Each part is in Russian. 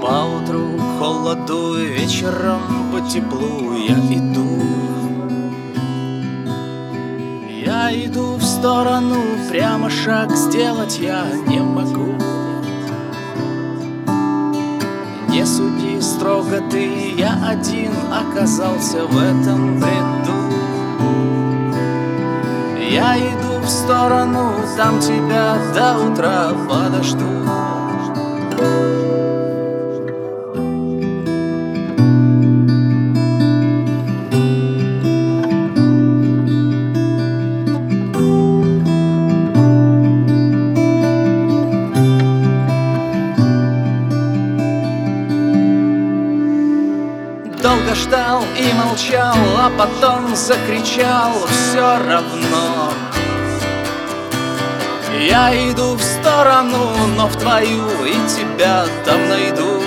Поутру к холоду, вечером по теплу я иду. Я иду в сторону, прямо шаг сделать я не могу. Не суди строго ты, я один оказался в этом бреду. Я иду в сторону, там тебя до утра подожду. Долго ждал и молчал, а потом закричал: все равно. Я иду в сторону, но в твою и тебя там найду.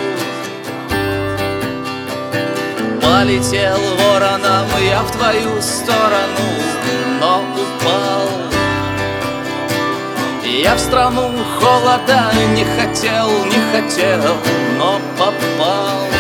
Полетел вороном я в твою сторону, но упал. Я в страну холода не хотел, но попал.